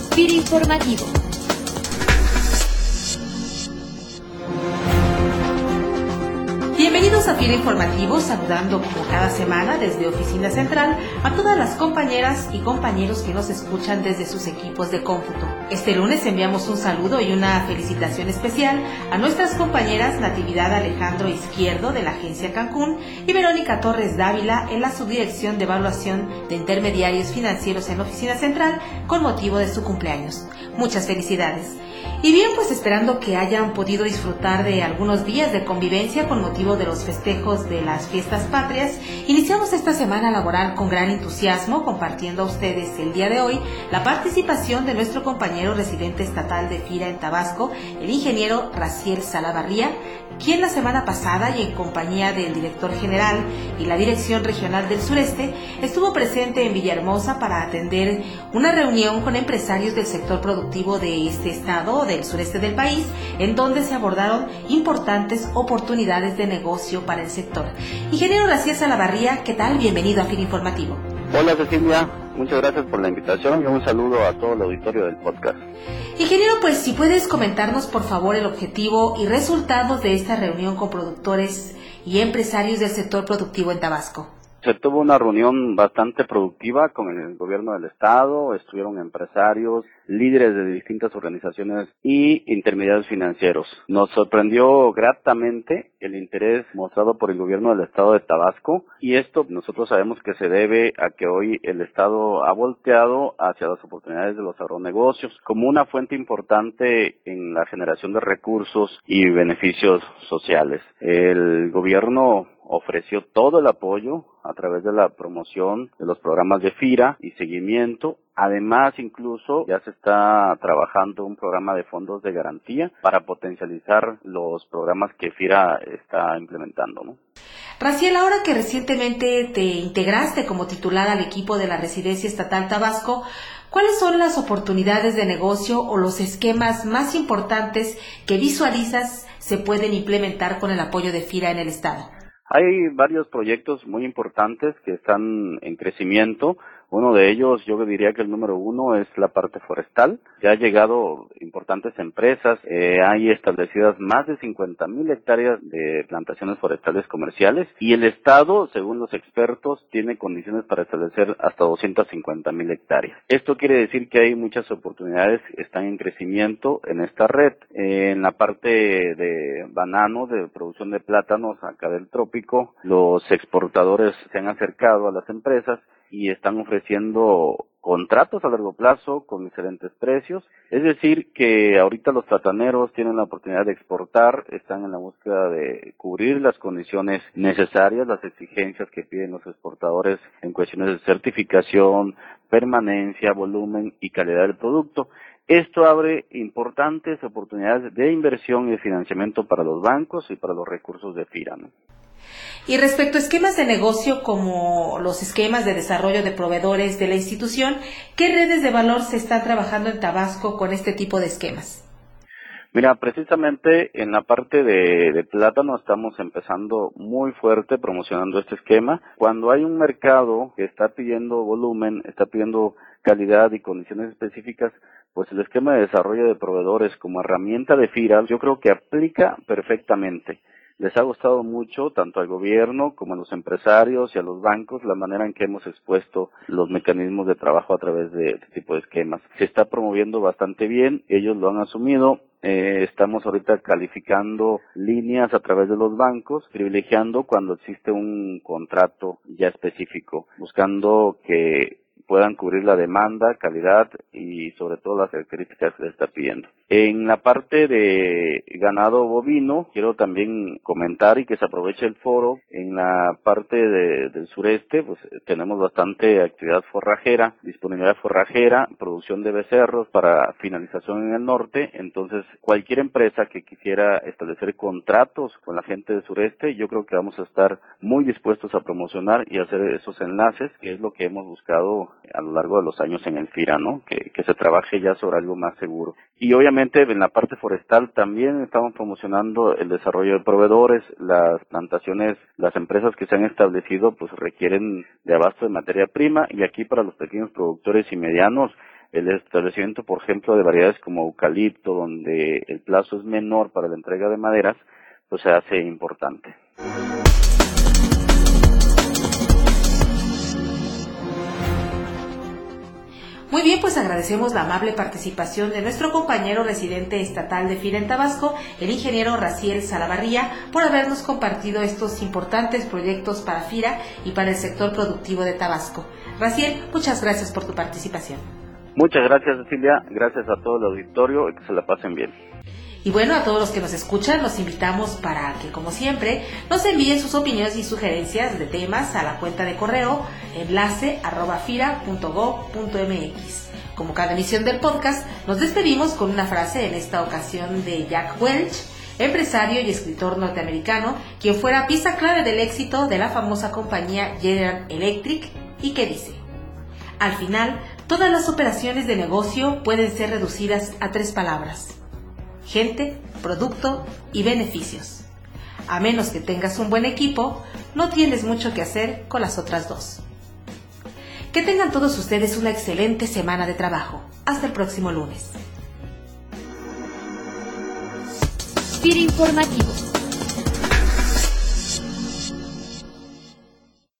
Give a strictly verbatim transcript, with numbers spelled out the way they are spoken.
Fira Informativo. Bienvenidos a Fira Informativo, saludando como cada semana desde Oficina Central a todas las compañeras y compañeros que nos escuchan desde sus equipos de cómputo. Este lunes enviamos un saludo y una felicitación especial a nuestras compañeras Natividad Alejandro Izquierdo de la Agencia Cancún y Verónica Torres Dávila en la Subdirección de Evaluación de Intermediarios Financieros en la Oficina Central con motivo de su cumpleaños. Muchas felicidades. Y bien, pues esperando que hayan podido disfrutar de algunos días de convivencia con motivo de los festejos de las fiestas patrias, iniciamos esta semana laboral con gran entusiasmo, compartiendo a ustedes el día de hoy la participación de nuestro compañero residente estatal de FIRA en Tabasco, el ingeniero Raciel Salavarría, quien la semana pasada y en compañía del director general y la Dirección Regional del Sureste estuvo presente en Villahermosa para atender una reunión con empresarios del sector productivo de este estado, del sureste del país, en donde se abordaron importantes oportunidades de negocio para el sector. Ingeniero Raciel Salavarría, ¿qué tal? Bienvenido a Fira Informativo. Hola Cecilia, muchas gracias por la invitación y un saludo a todo el auditorio del podcast. Ingeniero, pues si puedes comentarnos por favor el objetivo y resultados de esta reunión con productores y empresarios del sector productivo en Tabasco. Se tuvo una reunión bastante productiva con el gobierno del estado, estuvieron empresarios, líderes de distintas organizaciones y intermediarios financieros. Nos sorprendió gratamente el interés mostrado por el gobierno del estado de Tabasco y esto nosotros sabemos que se debe a que hoy el estado ha volteado hacia las oportunidades de los agronegocios como una fuente importante en la generación de recursos y beneficios sociales. El gobierno ofreció todo el apoyo a través de la promoción de los programas de FIRA y seguimiento. Además, incluso ya se está trabajando un programa de fondos de garantía para potencializar los programas que FIRA está implementando, ¿no? Raciel, ahora que recientemente te integraste como titular al equipo de la Residencia Estatal Tabasco, ¿cuáles son las oportunidades de negocio o los esquemas más importantes que visualizas se pueden implementar con el apoyo de FIRA en el estado? Hay varios proyectos muy importantes que están en crecimiento. Uno de ellos, yo diría que el número uno es la parte forestal. Ya han llegado importantes empresas, eh, hay establecidas más de cincuenta mil hectáreas de plantaciones forestales comerciales y el estado, según los expertos, tiene condiciones para establecer hasta doscientas cincuenta mil hectáreas. Esto quiere decir que hay muchas oportunidades que están en crecimiento en esta red. Eh, en la parte de banano, de producción de plátanos acá del trópico, los exportadores se han acercado a las empresas y están ofreciendo contratos a largo plazo con excelentes precios. Es decir, que ahorita los plataneros tienen la oportunidad de exportar, están en la búsqueda de cubrir las condiciones necesarias, las exigencias que piden los exportadores en cuestiones de certificación, permanencia, volumen y calidad del producto. Esto abre importantes oportunidades de inversión y de financiamiento para los bancos y para los recursos de FIRA, ¿no? Y respecto a esquemas de negocio como los esquemas de desarrollo de proveedores de la institución, ¿qué redes de valor se están trabajando en Tabasco con este tipo de esquemas? Mira, precisamente en la parte de, de plátano estamos empezando muy fuerte promocionando este esquema. Cuando hay un mercado que está pidiendo volumen, está pidiendo calidad y condiciones específicas, pues el esquema de desarrollo de proveedores como herramienta de FIRA yo creo que aplica perfectamente. Les ha gustado mucho, tanto al gobierno como a los empresarios y a los bancos, la manera en que hemos expuesto los mecanismos de trabajo a través de este tipo de esquemas. Se está promoviendo bastante bien, ellos lo han asumido. Eh, estamos ahorita calificando líneas a través de los bancos, privilegiando cuando existe un contrato ya específico, buscando que puedan cubrir la demanda, calidad y sobre todo las características que se está pidiendo. En la parte de ganado bovino, quiero también comentar y que se aproveche el foro. En la parte de, del sureste, pues tenemos bastante actividad forrajera, disponibilidad forrajera, producción de becerros para finalización en el norte. Entonces, cualquier empresa que quisiera establecer contratos con la gente del sureste, yo creo que vamos a estar muy dispuestos a promocionar y hacer esos enlaces, que es lo que hemos buscado a lo largo de los años en el FIRA, ¿no? Que, que se trabaje ya sobre algo más seguro. Y obviamente en la parte forestal también estamos promocionando el desarrollo de proveedores. Las plantaciones, las empresas que se han establecido pues requieren de abasto de materia prima y aquí para los pequeños productores y medianos el establecimiento, por ejemplo, de variedades como eucalipto, donde el plazo es menor para la entrega de maderas, pues se hace importante. Muy bien, pues agradecemos la amable participación de nuestro compañero residente estatal de FIRA en Tabasco, el ingeniero Raciel Salavarría, por habernos compartido estos importantes proyectos para FIRA y para el sector productivo de Tabasco. Raciel, muchas gracias por tu participación. Muchas gracias, Cecilia. Gracias a todo el auditorio y que se la pasen bien. Y bueno, a todos los que nos escuchan, los invitamos para que, como siempre, nos envíen sus opiniones y sugerencias de temas a la cuenta de correo enlace arroba fira punto gob punto mx. Como cada emisión del podcast, nos despedimos con una frase, en esta ocasión de Jack Welch, empresario y escritor norteamericano, quien fuera pieza clave del éxito de la famosa compañía General Electric, y que dice: al final, todas las operaciones de negocio pueden ser reducidas a tres palabras: gente, producto y beneficios. A menos que tengas un buen equipo, no tienes mucho que hacer con las otras dos. Que tengan todos ustedes una excelente semana de trabajo. Hasta el próximo lunes. FIRA Informativo.